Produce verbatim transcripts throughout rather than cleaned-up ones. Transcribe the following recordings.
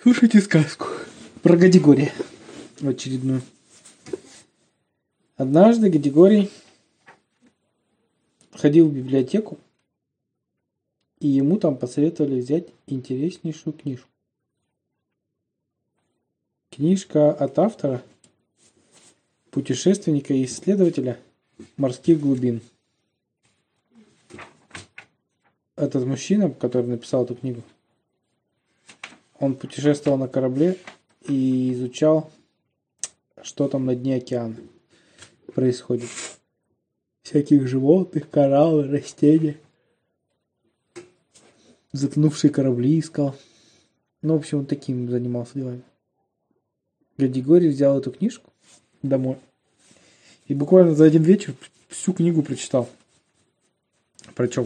Слушайте сказку про Гадигория очередную. Однажды Гадигорий ходил в библиотеку, и ему там посоветовали взять интереснейшую книжку. Книжка от автора, путешественника и исследователя морских глубин. Этот мужчина, который написал эту книгу, он путешествовал на корабле и изучал, что там на дне океана происходит. Всяких животных, кораллы, растения. Затонувшие корабли искал. Ну, в общем, он таким занимался делами. Гадигорий взял эту книжку домой и буквально за один вечер всю книгу прочитал. Прочел.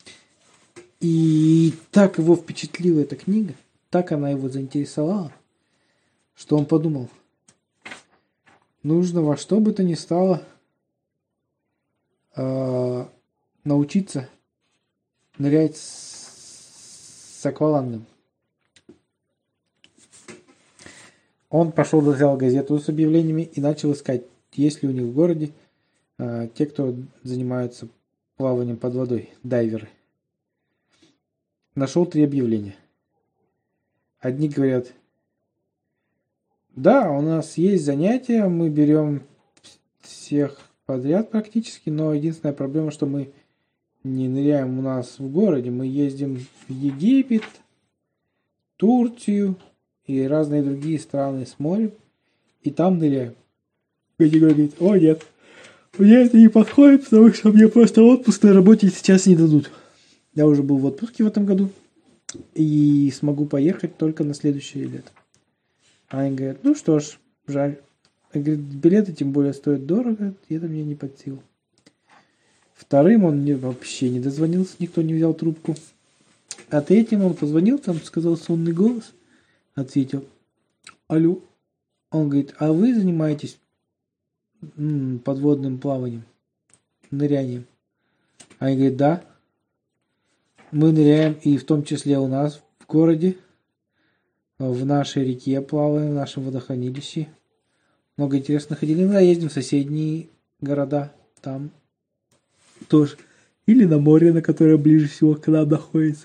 И так его впечатлила эта книга, так она его заинтересовала, что он подумал, нужно во что бы то ни стало э, научиться нырять с, с аквалангом. Он пошел, взял газету с объявлениями и начал искать, есть ли у них в городе э, те, кто занимаются плаванием под водой, дайверы. Нашел три объявления. Одни говорят, да, у нас есть занятия, мы берем всех подряд практически, но единственная проблема, что мы не ныряем у нас в городе, мы ездим в Египет, Турцию и разные другие страны с морем, и там ныряем. Люди говорят, о нет, мне это не подходит, потому что мне просто отпуск на работе сейчас не дадут. Я уже был в отпуске в этом году и смогу поехать только на следующее лето. А они говорят, ну что ж, жаль. Я говорю, билеты тем более стоят дорого, и это мне не под силу. Вторым он мне вообще не дозвонился, никто не взял трубку. А третьим он позвонил, там сказал сонный голос, ответил, алло. Он говорит, а вы занимаетесь м-м, подводным плаванием, нырянием? А они говорят, да. Мы ныряем, и в том числе у нас в городе, в нашей реке плаваем, в нашем водохранилище. Много интересно ходили. Иногда ездим в соседние города, там тоже. Или на море, на которое ближе всего к нам находится.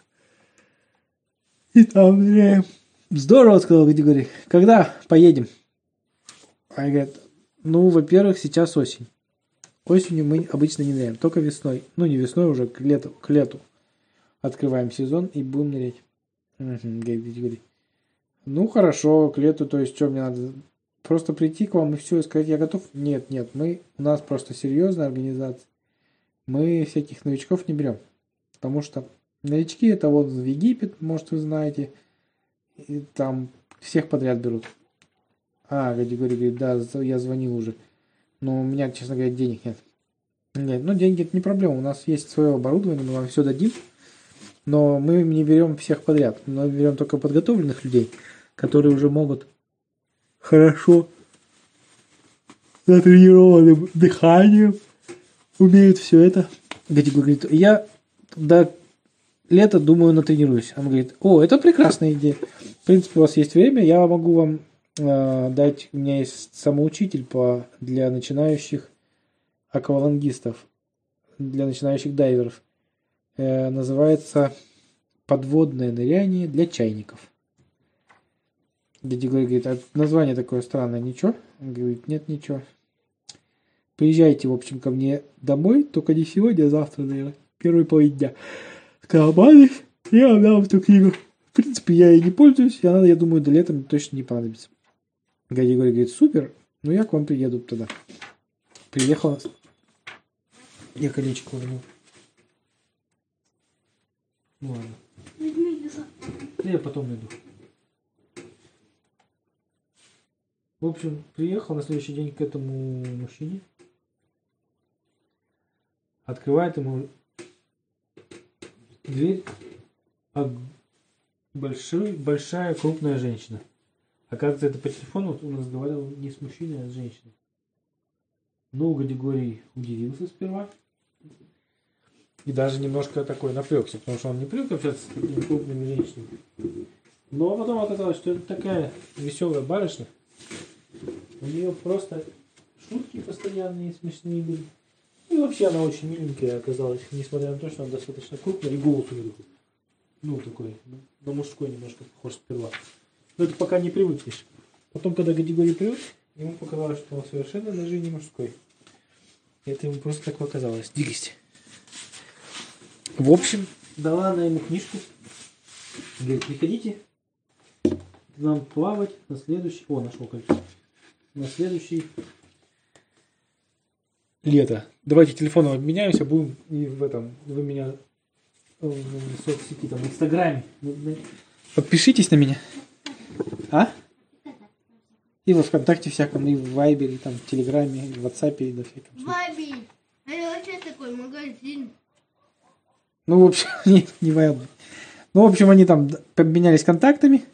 И там ныряем. Здорово, сказал Гадигорий. Когда поедем? Они говорят, ну, во-первых, сейчас осень. Осенью мы обычно не ныряем, только весной. Ну, не весной, уже к лету. К лету. Открываем сезон и будем нырять. Угу, Гадигорий. Ну, хорошо, к лету, то есть, что мне надо? Просто прийти к вам и все, и сказать, я готов? Нет, нет, мы, у нас просто серьезная организация. Мы всяких новичков не берем. Потому что новички, это вот в Египет, может, вы знаете, и там всех подряд берут. А, Гадигорий говорит, да, я звонил уже. Но у меня, честно говоря, денег нет. Нет, ну, деньги это не проблема, у нас есть свое оборудование, мы вам все дадим. Но мы не берем всех подряд. Мы берем только подготовленных людей, которые уже могут хорошо натренированным дыханием, умеют все это. Гадигорий говорит, я до лета, думаю, натренируюсь. Он говорит, о, это прекрасная идея. В принципе, у вас есть время, я могу вам э, дать, у меня есть самоучитель по, для начинающих аквалангистов, для начинающих дайверов. Называется подводное ныряние для чайников. Гадигорий говорит, а название такое странное, ничего? Он говорит, нет, ничего. Приезжайте, в общем, ко мне домой, только не сегодня, а завтра, наверное, первой половине дня. Сколобались, я вам дам эту книгу. В принципе, я ей не пользуюсь, и она, я думаю, до лета мне точно не понадобится. Гадигорий говорит, супер, ну я к вам приеду тогда. Приехала, я колечко вернул. Ну ладно. Я потом найду. В общем, приехал на следующий день к этому мужчине. Открывает ему дверь а большой, большая крупная женщина. Оказывается, это по телефону он разговаривал не с мужчиной, а с женщиной. Ну, Гадигорий удивился сперва. И даже немножко такой напрягся, потому что он не привык общаться с такими крупными женщинами. Но потом оказалось, что это такая веселая барышня. У нее просто шутки постоянные, смешные были. И вообще она очень миленькая оказалась, несмотря на то, что она достаточно крупная, и голос у нее такой, ну такой, ну, на мужской немножко похож сперва. Но это пока не привыкнешь. Потом, когда категория привык, ему показалось, что он совершенно даже не мужской. Это ему просто так показалось. Дикость. В общем, дала она ему книжку. Говорит, приходите к нам плавать на следующий... О, нашел кольцо. На следующий лето. Давайте телефоном обменяемся, будем и в этом, вы меня в соцсети, там, в Инстаграме. Подпишитесь на меня. А? И во ВКонтакте всяком, и в Вайбере, там, в Телеграме, и в Ватсапе, и на всяком. Вайбер. Это вообще такой магазин. Ну, в общем, не, не Вайбер. Ну, в общем, они там обменялись контактами.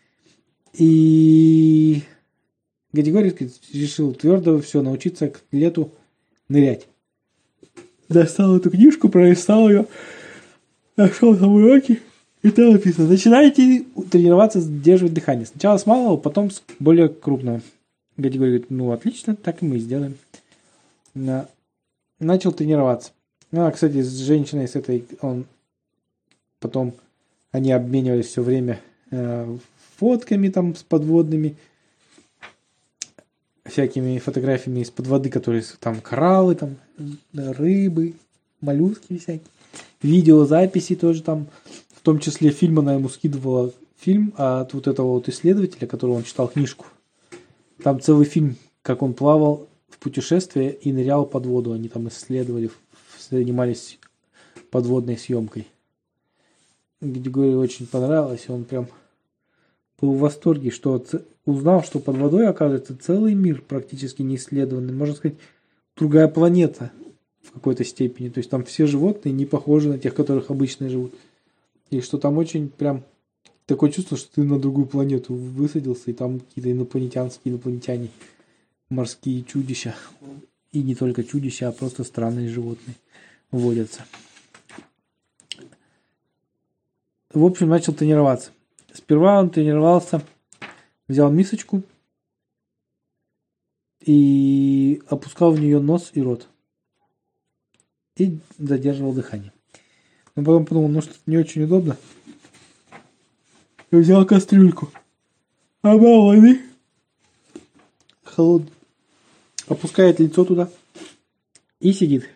И Григорий решил твердо все научиться к лету нырять. Достал эту книжку, пролистал ее, нашел там уроки, и там написано: начинайте тренироваться, сдерживать дыхание. Сначала с малого, потом с более крупного. Григорий говорит, ну отлично, так и мы сделаем. На... Начал тренироваться. Ну, а, кстати, с женщиной, с этой, он потом, они обменивались все время э, фотками там с подводными, всякими фотографиями из-под воды, которые там кораллы, там рыбы, моллюски всякие. Видеозаписи тоже там, в том числе фильм она ему скидывала, фильм от вот этого вот исследователя, которого он читал книжку. Там целый фильм, как он плавал в путешествие и нырял под воду. Они там исследовали, занимались подводной съемкой. Григорию очень понравилось, и он прям был в восторге, что узнал, что под водой оказывается целый мир практически не исследованный. Можно сказать, другая планета в какой-то степени. То есть там все животные не похожи на тех, которых обычно живут. И что там очень прям такое чувство, что ты на другую планету высадился, и там какие-то инопланетянские инопланетяне, морские чудища. И не только чудища, а просто странные животные водятся. В общем, начал тренироваться. Сперва он тренировался, взял мисочку и опускал в нее нос и рот. И задерживал дыхание. Но потом подумал, ну что-то не очень удобно. И взял кастрюльку. Набрал воды. Холодный. Опускает лицо туда. И сидит.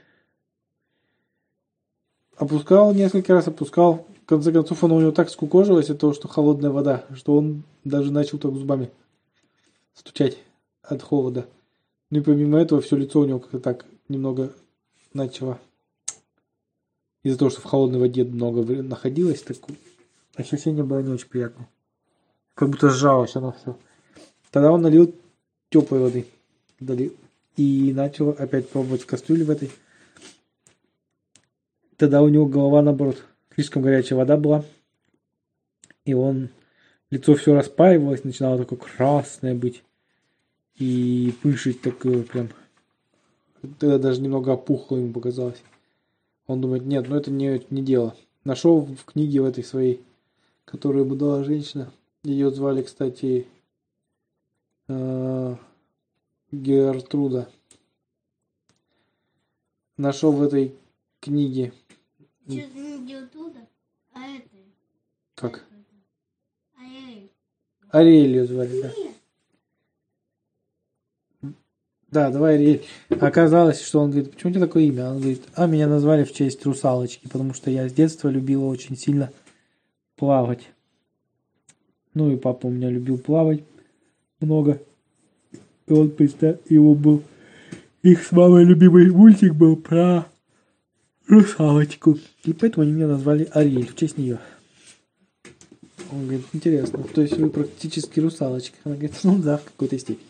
Опускал несколько раз, опускал. В конце концов, оно у него так скукожилось от того, что холодная вода, что он даже начал так зубами стучать от холода. Ну и помимо этого, все лицо у него как-то так немного начало. Из-за того, что в холодной воде много находилось, так ощущение было не очень приятное. Как будто сжалось оно все. Тогда он налил теплой воды. Долил. И начал опять пробовать в кастрюле в этой. Тогда у него голова наоборот. Слишком горячая вода была. И он... Лицо все распаивалось, начинало такое красное быть. И пышить такое прям... Тогда даже немного опухло ему показалось. Он думает, нет, ну это не, не дело. Нашел в книге в этой своей, которую ему дала женщина. Ее звали, кстати, э, Гертруда. Нашел в этой книге. Что-то не Гертруда, а это. Как? Ариэль. Ариэль ее звали, да. Да, давай Ариэль. Оказалось, что он говорит, почему у тебя такое имя? Он говорит, а меня назвали в честь русалочки, потому что я с детства любила очень сильно плавать. Ну и папа у меня любил плавать много. И он, представь, его был... Их с мамой любимый мультик был про русалочку. И поэтому они меня назвали Ариэль в честь нее. Он говорит, интересно, то есть вы практически русалочка. Она говорит, ну да, в какой-то степени.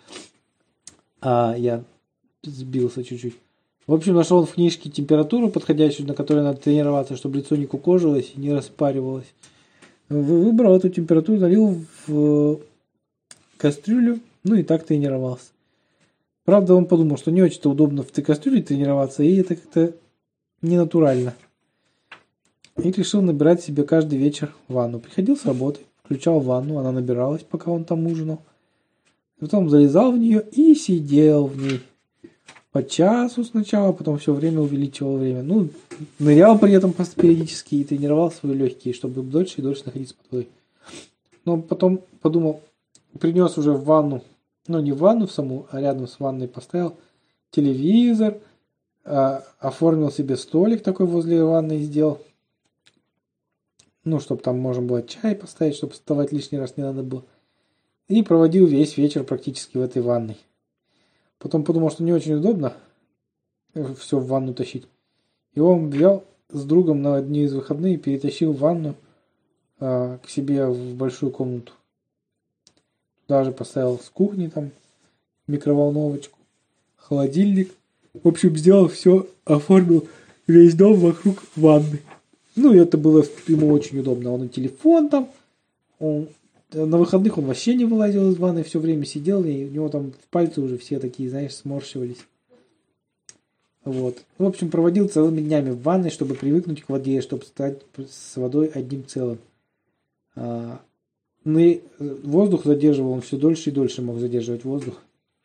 А я сбился чуть-чуть. В общем, нашел он в книжке температуру подходящую, на которой надо тренироваться, чтобы лицо не кукожилось и не распаривалось. Выбрал эту температуру, налил в кастрюлю, ну и так тренировался. Правда, он подумал, что не очень-то удобно в этой кастрюле тренироваться, и это как-то ненатурально. И решил набирать себе каждый вечер ванну. Приходил с работы, включал ванну, она набиралась, пока он там ужинал. Потом залезал в нее и сидел в ней. По часу сначала, потом все время увеличивал время. Ну, нырял при этом периодически и тренировал свои легкие, чтобы дольше и дольше находиться под водой. Но потом подумал, принес уже в ванну, ну не в ванну в саму, а рядом с ванной поставил телевизор, а, оформил себе столик такой возле ванны сделал. Ну, чтобы там можно было чай поставить, чтобы вставать лишний раз не надо было. И проводил весь вечер практически в этой ванной. Потом подумал, что не очень удобно все в ванну тащить. И он взял с другом на одни из выходных и перетащил ванну а, к себе в большую комнату. Даже поставил с кухни там микроволновочку, холодильник. В общем, сделал все, оформил весь дом вокруг ванны. Ну, и это было ему очень удобно. Он и телефон там, он... на выходных он вообще не вылазил из ванны, все время сидел, и у него там пальцы уже все такие, знаешь, сморщивались. Вот. В общем, проводил целыми днями в ванной, чтобы привыкнуть к воде, чтобы стать с водой одним целым. А, ну и воздух задерживал, он все дольше и дольше мог задерживать воздух.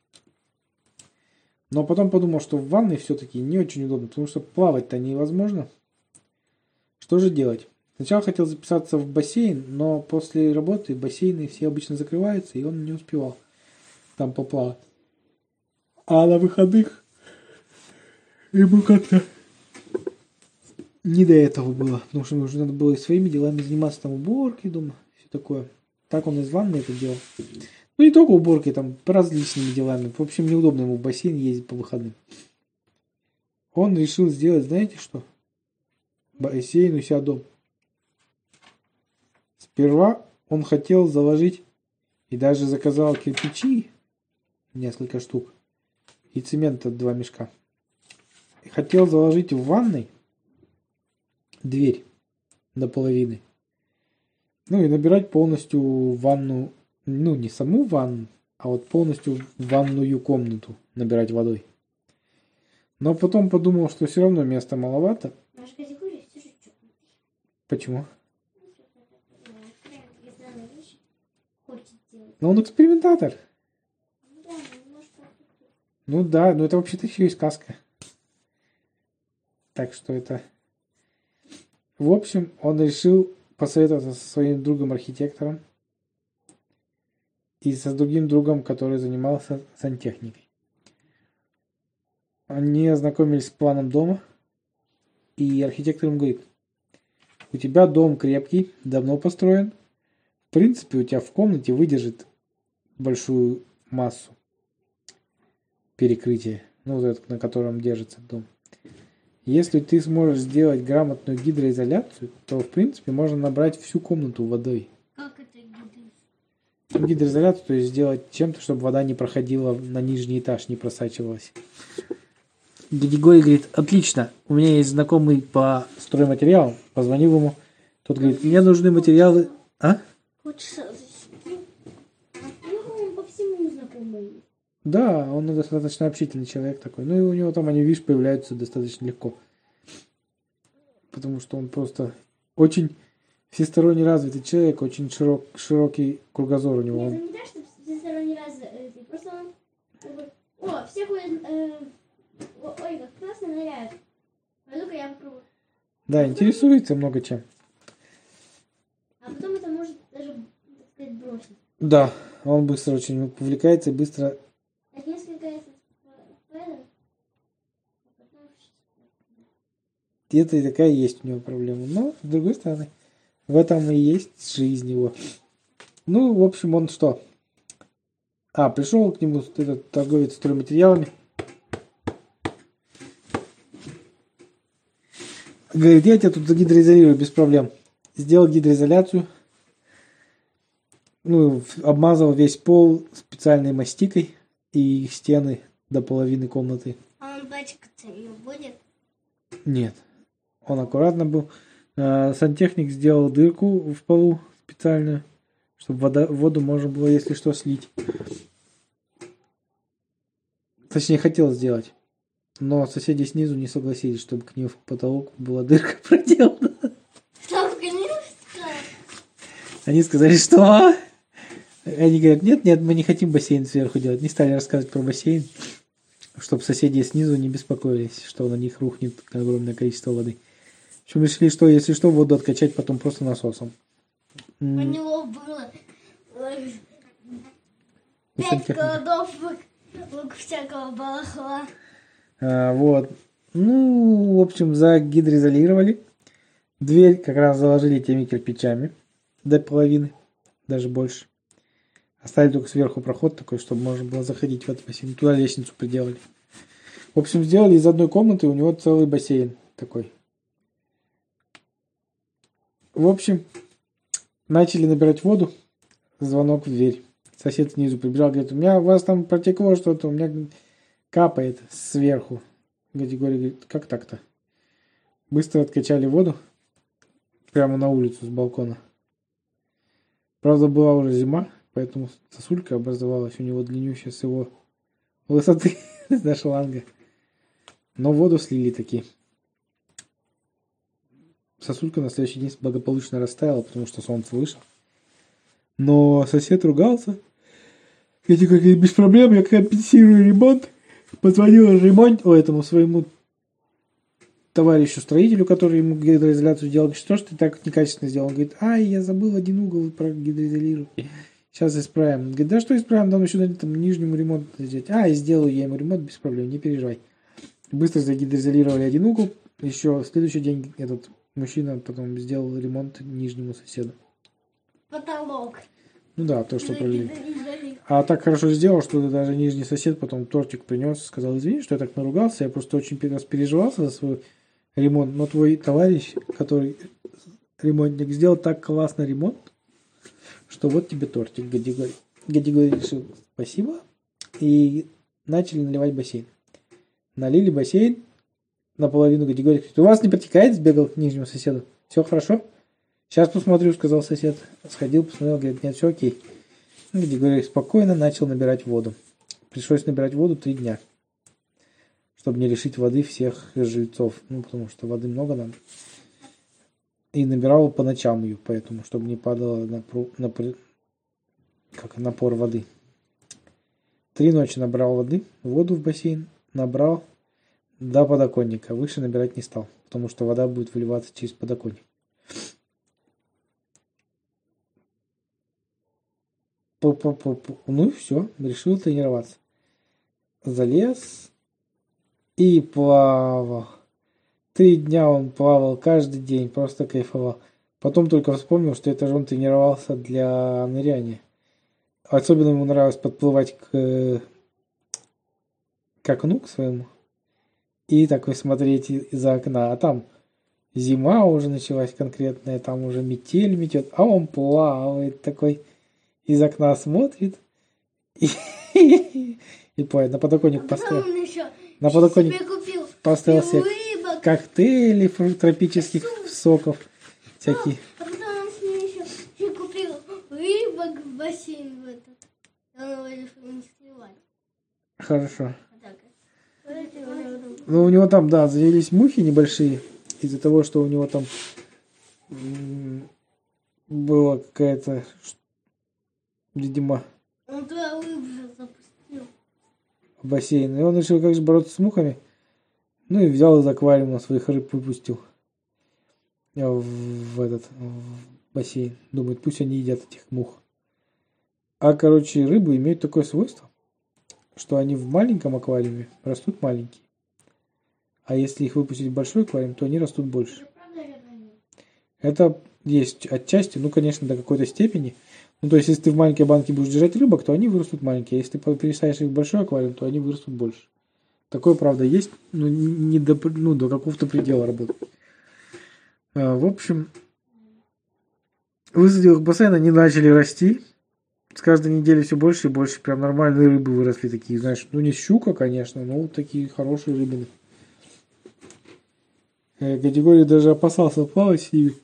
Но потом подумал, что в ванной все-таки не очень удобно, потому что плавать-то невозможно. Что же делать? Сначала хотел записаться в бассейн, но после работы бассейны все обычно закрываются, и он не успевал там поплавать. А на выходных ему как-то не до этого было, потому что уже надо было и своими делами заниматься, там уборки дома, все такое. Так он из ванны это делал. Ну не только уборкой, там по различными делами. В общем, неудобно ему в бассейн ездить по выходным. Он решил сделать, знаете что? Бассейн у себя дома. Сперва он хотел заложить и даже заказал кирпичи, несколько штук, и цемента два мешка. И хотел заложить в ванной дверь до половины. Ну и набирать полностью ванну, ну не саму ванну, а вот полностью ванную комнату набирать водой. Но потом подумал, что все равно места маловато. Почему? Но он экспериментатор. Ну да, но это вообще-то еще и сказка. Так что это... В общем, он решил посоветоваться со своим другом-архитектором и со другим другом, который занимался сантехникой. Они ознакомились с планом дома, и архитектор им говорит: у тебя дом крепкий, давно построен. В принципе, у тебя в комнате выдержит большую массу перекрытия, ну, вот это, на котором держится дом. Если ты сможешь сделать грамотную гидроизоляцию, то, в принципе, можно набрать всю комнату водой. Как это гидроизоляция? Гидроизоляцию, то есть сделать чем-то, чтобы вода не проходила на нижний этаж, не просачивалась. Дядя Гой говорит: отлично, у меня есть знакомый по стройматериалам, позвонил ему, тот говорит: мне нужны материалы. А? По всему знакомый. Да, он достаточно общительный человек такой. Ну и у него там они, видишь, появляются достаточно легко. Потому что он просто очень всесторонне развитый человек, очень широк, широкий кругозор у него. Нет, не так, что всесторонне развитый, просто он как бы... О, все ходят... Э... Ой, как классно ныряют. Пойду-ка я попробую. Да, интересуется много чем. А потом это может даже, так сказать, бросить. Да, он быстро очень увлекается и быстро... Так несколько это... Где-то и такая есть у него проблема. Но, с другой стороны, в этом и есть жизнь его. Ну, в общем, он что? А, пришел к нему этот торговец стройматериалами. Говорит: я тебя тут загидроизолирую без проблем. Сделал гидроизоляцию. Ну, обмазал весь пол специальной мастикой и стены до половины комнаты. А он пачкаться не будет? Нет. Он аккуратно был. Сантехник сделал дырку в полу специальную, чтобы вода, воду можно было, если что, слить. Точнее, хотел сделать. Но соседи снизу не согласились, чтобы к ним в потолок была дырка проделана. Что, конечно? Они сказали, что? Они говорят, нет, нет, мы не хотим бассейн сверху делать. Не стали рассказывать про бассейн, чтобы соседи снизу не беспокоились, что на них рухнет огромное количество воды. В общем, решили, что если что, воду откачать потом просто насосом. У него было э, пять голодов, лук всякого балахла. А, вот. Ну, в общем, загидроизолировали. Дверь как раз заложили теми кирпичами до половины, даже больше. Оставили только сверху проход такой, чтобы можно было заходить в этот бассейн. Туда лестницу приделали. В общем, сделали из одной комнаты у него целый бассейн такой. В общем, начали набирать воду. Звонок в дверь. Сосед снизу прибежал, говорит, у меня у вас там протекло что-то, у меня капает сверху. Григорий говорит, как так-то? Быстро откачали воду. Прямо на улицу с балкона. Правда, была уже зима, поэтому сосулька образовалась у него длиннющая с его высоты до шланга. Но воду слили таки. Сосулька на следующий день благополучно растаяла, потому что солнце вышло. Но сосед ругался. Я говорю, без проблем, я компенсирую ремонт. Позвонил ремонт, о, этому своему товарищу строителю, который ему гидроизоляцию делал. Что ж ты так некачественно сделал? Он говорит, ай, я забыл один угол про гидроизолировать. Сейчас исправим. Он говорит, да что исправим, нам еще надо там нижнему ремонт сделать. А, и сделаю я ему ремонт без проблем, не переживай. Быстро загидроизолировали один угол. Еще в следующий день этот мужчина потом сделал ремонт нижнему соседу. Потолок. Ну да, то, что пролили. А так хорошо сделал, что даже нижний сосед потом тортик принес, сказал, извини, что я так наругался, я просто очень распереживался за свой ремонт, но твой товарищ, который ремонтник, сделал так классно ремонт, что вот тебе тортик. Гадигорий. Гадигорий решил, спасибо, и начали наливать бассейн. Налили бассейн, наполовину Гадигорий говорит, у вас не протекает, сбегал к нижнему соседу, все хорошо? Сейчас посмотрю, сказал сосед. Сходил, посмотрел, говорит, нет, все окей. Гадигорий спокойно начал набирать воду. Пришлось набирать воду три дня, чтобы не лишить воды всех жильцов. Ну, потому что воды много надо. И набирал по ночам ее, поэтому, чтобы не падало напор, напор, как напор воды. Три ночи набрал воды, воду в бассейн, набрал до подоконника. Выше набирать не стал, потому что вода будет выливаться через подоконник. Ну и все, решил тренироваться. Залез и плавал. Три дня он плавал каждый день, просто кайфовал. Потом только вспомнил, что это же он тренировался для ныряния. Особенно ему нравилось подплывать к, к окну к своему и такой смотреть из-за окна. А там зима уже началась конкретная, там уже метель метет, а он плавает такой. Из окна смотрит и, и плавает. На подоконник поставил. На подоконник поставил себе коктейли тропических соков всякие. А потом он еще купил рыбок в бассейн в этот. Он его решил не сливать. Хорошо. Ну, у него там, да, завелись мухи небольшие. Из-за того, что у него там была какая-то... Видимо, он туда рыбу запустил в бассейн. И он решил, как же бороться с мухами. Ну и взял из аквариума своих рыб, выпустил в, в этот в бассейн. Думает, пусть они едят этих мух. А, короче, рыбы имеют такое свойство, что они в маленьком аквариуме растут маленькие. А если их выпустить в большой аквариум, то они растут больше. Это есть отчасти, ну, конечно, до какой-то степени. Ну, то есть, если ты в маленькой банке будешь держать рыбок, то они вырастут маленькие. А если ты пересадишь их в большой аквариум, то они вырастут больше. Такое, правда, есть, но не до, ну, до какого-то предела работает. А, в общем, высадил их в бассейн, они начали расти. С каждой недели все больше и больше. Прям нормальные рыбы выросли такие, знаешь. Ну, не щука, конечно, но вот такие хорошие рыбины. Гадигорий даже опасался плавать с ними.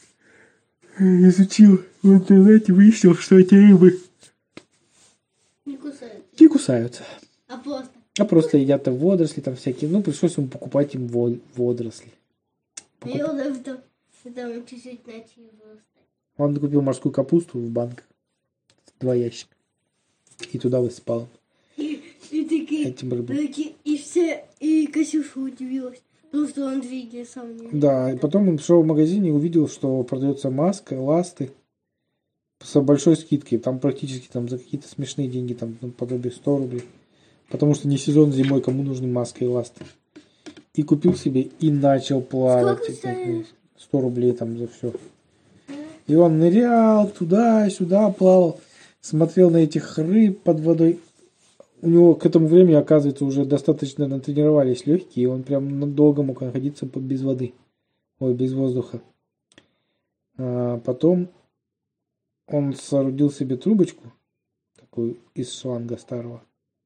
Изучил в интернете, выяснил, что эти рыбы не кусаются. Не кусаются. А просто? А просто едят водоросли там всякие. Ну, пришлось ему покупать им водоросли. Покуп... Я даже там, там чуть-чуть начали вырастать. Он купил морскую капусту в банках. Два ящика. И туда высыпал. И, и такие, Этим рыбам. такие, и все, и Ксюша удивилась, потому что он двигает сам не Да, и потом он пришел в магазин и увидел, что продается маска, ласты с большой скидкой. Там практически там за какие-то смешные деньги, там ну, подобие сто рублей. Потому что не сезон зимой, кому нужны маска и ласты. И купил себе и начал плавать. Сколько стоит? сто рублей там за все. И он нырял туда-сюда, плавал, смотрел на этих рыб под водой. У него к этому времени, оказывается, уже достаточно натренировались легкие, и он прям долго мог находиться без воды. Ой, без воздуха. А потом он соорудил себе трубочку, такую из шланга старого.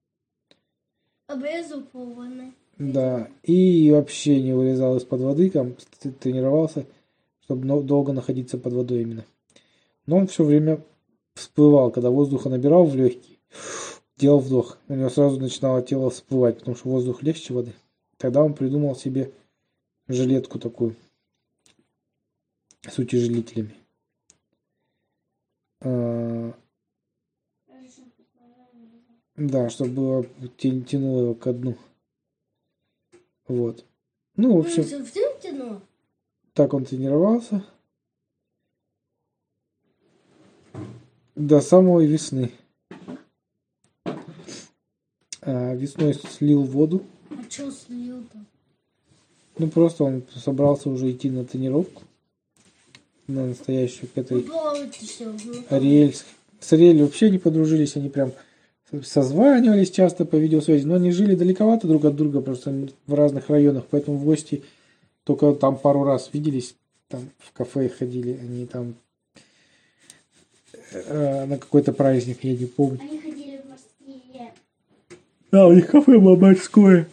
обезупованный. Да, и вообще не вылезал из-под воды, там тренировался, чтобы долго находиться под водой именно. Но он все время всплывал, когда воздуха набирал в легкие, делал вдох. У него сразу начинало тело всплывать, потому что воздух легче воды. Тогда он придумал себе жилетку такую с утяжелителями. А, да, чтобы было, тянуло его ко дну. Вот. Ну, в общем, Совсем тянуло? так он тренировался до самой весны. А весной слил воду. А что слил-то? Ну, просто он собрался уже идти на тренировку. На настоящую к этой Ариэль. С Ариэль вообще не подружились, они прям созванивались часто по видеосвязи, но они жили далековато друг от друга, просто в разных районах, поэтому в гости только там пару раз виделись, там в кафе ходили, они там э, на какой-то праздник, я не помню. Они ходили в морские. Да, у них кафе было морское,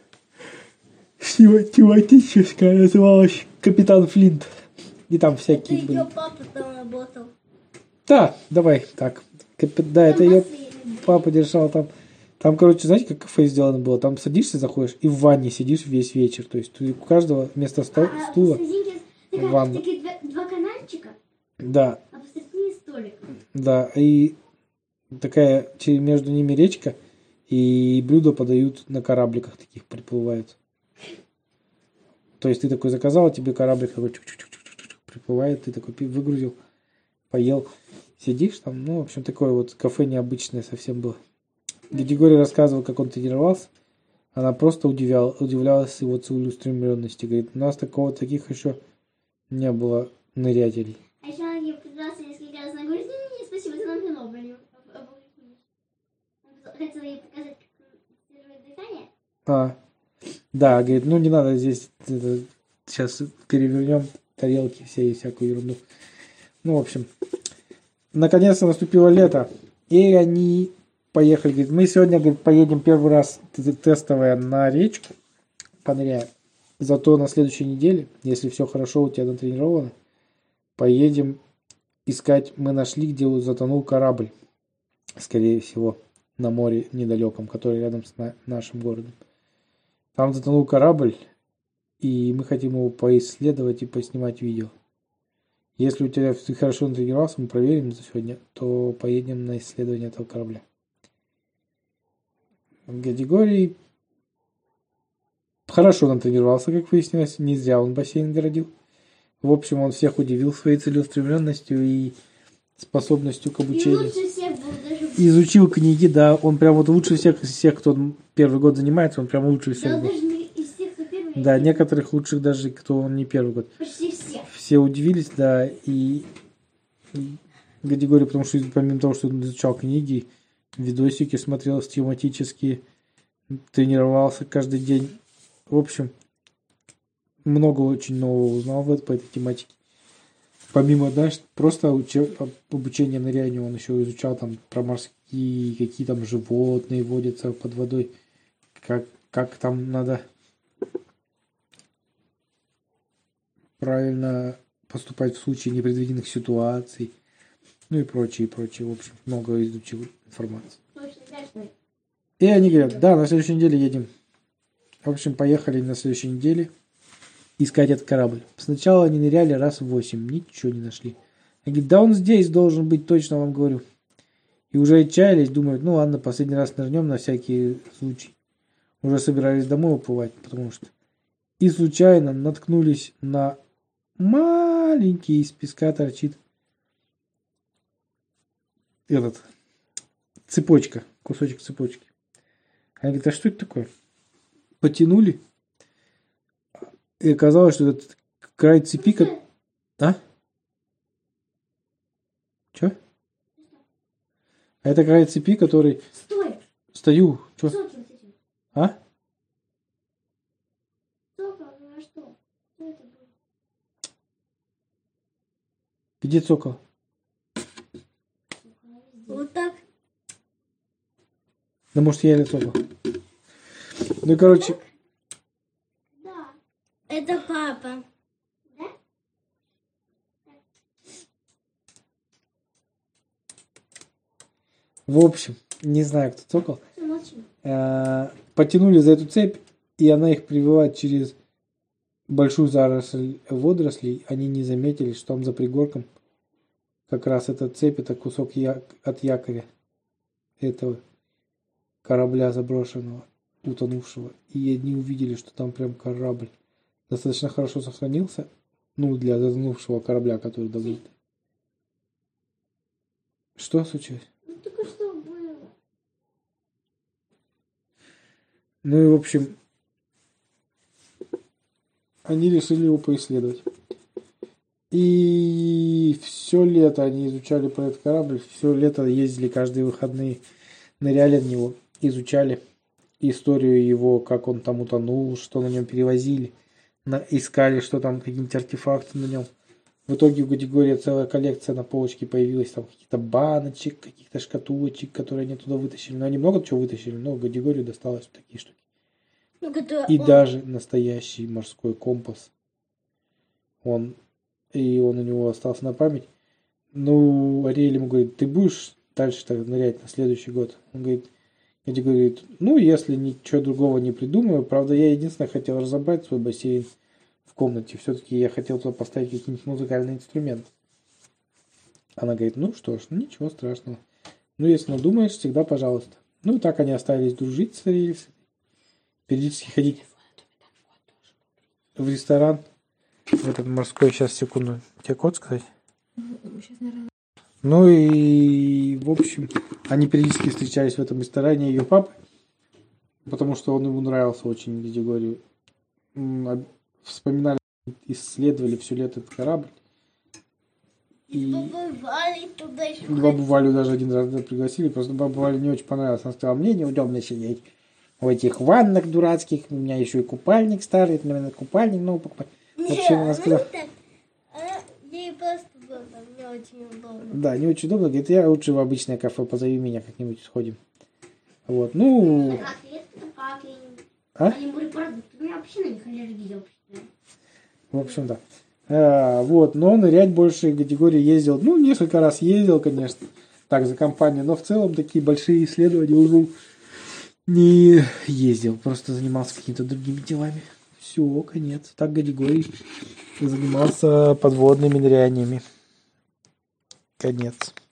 тематическое, называлось «Капитан Флинт». И там всякие Это были. ее папа там работал. Да, давай так. Да, это ее папа держал там. Там, короче, знаете, как кафе сделано было? Там садишься, заходишь и в ванне сидишь весь вечер. То есть у каждого вместо стол, А, стула посерединке такая- ванна. такие два, два канальчика, Да, а посередине столик. да. И такая че- между ними речка, и блюда подают на корабликах таких, приплывают. То есть ты такой заказал, а тебе кораблик такой чук-чук-чук-чук-чук приплывает, ты такой пи- выгрузил, поел, сидишь там. Ну, в общем, такое вот кафе необычное совсем было. Григорий рассказывал, как он тренировался. Она просто удивлял, удивлялась его целеустремленности. Говорит, у нас такого, таких еще не было нырятелей. А еще она ей пытался несколько раз, она говорит, не-не-не, спасибо, ты нам вино были. Хотела ей показать, как стирает дыхание. А, да, говорит, ну не надо здесь, это, сейчас перевернем тарелки все и всякую ерунду. Ну, в общем, наконец-то наступило лето, и они поехали. Говорит, мы сегодня, говорит, поедем первый раз т- тестовое на речку, поныряем. Зато на следующей неделе, если все хорошо у тебя натренировано, поедем искать. Мы нашли, где вот затонул корабль, скорее всего, на море недалеком, который рядом с на- нашим городом. Там затонул корабль, и мы хотим его поисследовать и поснимать видео. Если у тебя ты хорошо натренировался, мы проверим за сегодня, то поедем на исследование этого корабля. Григорий хорошо натренировался, как выяснилось, не зря он бассейн городил. В общем, он всех удивил своей целеустремленностью и способностью к И обучению. лучше всех был даже... Изучил книги, да, он прям вот лучше всех из всех, кто первый год занимается, он прям лучше Да, всех был. даже не из тех, кто первый. Да, из некоторых лучших даже, кто он не первый год. Почти всех. Все удивились, да, и Григорий, потому что помимо того, что он изучал книги, видосики смотрел тематические, тренировался каждый день. В общем, много очень нового узнал в- по этой тематике. Помимо, знаешь, просто учи- обучения нырянию, он еще изучал там про морские, какие там животные водятся под водой, как, как там надо правильно поступать в случае непредвиденных ситуаций, ну и прочее, и прочее. В общем, много изучил информации. Точно, точно. И они говорят, да, на следующей неделе едем. В общем, поехали на следующей неделе искать этот корабль. Сначала они ныряли раз в восемь, ничего не нашли. Они говорят, да он здесь должен быть, точно вам говорю. И уже отчаялись, думают, ну ладно, последний раз нырнем на всякий случай. Уже собирались домой уплывать, потому что... И случайно наткнулись на маленький из песка торчит этот, цепочка, кусочек цепочки. Они говорят, а что это такое? Потянули, и оказалось, что этот край цепи... Как... А? Че? А это край цепи, который... Стой! Стою. Че? Соки вот эти. А? Сокол, ну а что? Что это было? Где цокол? Сокол везде. Вот так. Да может я или цокол. Ну и короче... Да. Это папа. Да? В общем, не знаю, кто цокол. Все, молчим. Э, Потянули за эту цепь, и она их привела через большую заросль водорослей. Они не заметили, что там за пригорком как раз эта цепь, это кусок я- от якоря этого корабля заброшенного, утонувшего. И они увидели, что там прям корабль достаточно хорошо сохранился, ну, для затонувшего корабля, который давно. Что случилось? Ну только что было. Ну и, в общем, они решили его поисследовать. И все лето они изучали про этот корабль, все лето ездили каждые выходные, ныряли в него, изучали историю его, как он там утонул, что на нем перевозили, на- искали, что там, какие-нибудь артефакты на нем. В итоге в категории целая коллекция на полочке появилась, там каких-то баночек, каких-то шкатулочек, которые они туда вытащили. Ну, они много чего вытащили, но в категорию досталось вот такие штуки. Ну, который И он- даже настоящий морской компас. Он, и он у него остался на память. Ну, Ариэль ему говорит, ты будешь дальше так нырять на следующий год? Он говорит, Эдди говорит, ну, если ничего другого не придумаю. Правда, я единственное хотел разобрать свой бассейн в комнате. Все-таки я хотел туда поставить какие-нибудь музыкальные инструменты. Она говорит, ну что ж, ну, ничего страшного. Ну, если надумаешь, всегда пожалуйста. Ну, и так они остались дружить с Ариэль, периодически ходить в ресторан, в этот морской, сейчас, секунду, тебе код сказать? Ну и, в общем, они периодически встречались в этом ресторане ее папы, потому что он ему нравился очень, я говорю. М, об- Вспоминали, исследовали все лето этот корабль. И Побывали туда еще. бабу Валю даже один раз туда пригласили, просто бабу Вале не очень понравилось. Она сказала, мне неудобно сидеть в этих ваннах дурацких, у меня еще и купальник старый, мне надо купальник новый покупать. Вообще, она сказала, так. Она, ей просто было там не очень удобно. да, не очень удобно, говорит, я лучше в обычное кафе, позови меня как-нибудь, сходим. Вот, ну, А клетка как-нибудь. а? Они морепродукты. У меня вообще на них аллергия вообще. В общем, да. А, вот, но нырять больше категории ездил, ну, несколько раз ездил, конечно, так, за компанию, но в целом такие большие исследования уже не ездил, просто занимался какими-то другими делами. Все, конец. Так Гадигорий занимался подводными ныряниями. Конец.